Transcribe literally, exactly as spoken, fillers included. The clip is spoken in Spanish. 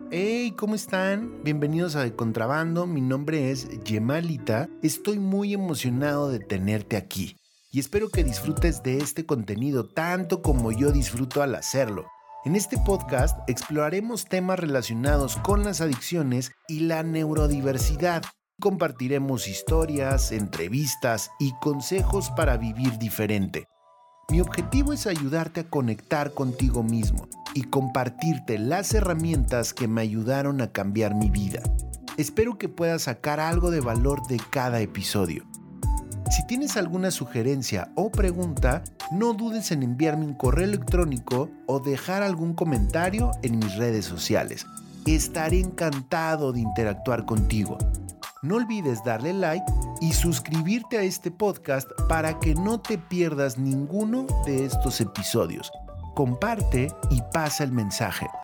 Hey, ¿cómo están? Bienvenidos a De Contrabando, mi nombre es Yemalita. Estoy muy emocionado de tenerte aquí y espero que disfrutes de este contenido tanto como yo disfruto al hacerlo. En este podcast exploraremos temas relacionados con las adicciones y la neurodiversidad. Compartiremos historias, entrevistas y consejos para vivir diferente. Mi objetivo es ayudarte a conectar contigo mismo y compartirte las herramientas que me ayudaron a cambiar mi vida. Espero que puedas sacar algo de valor de cada episodio. Si tienes alguna sugerencia o pregunta, no dudes en enviarme un correo electrónico o dejar algún comentario en mis redes sociales. Estaré encantado de interactuar contigo. No olvides darle like y suscribirte a este podcast para que no te pierdas ninguno de estos episodios. Comparte y pasa el mensaje.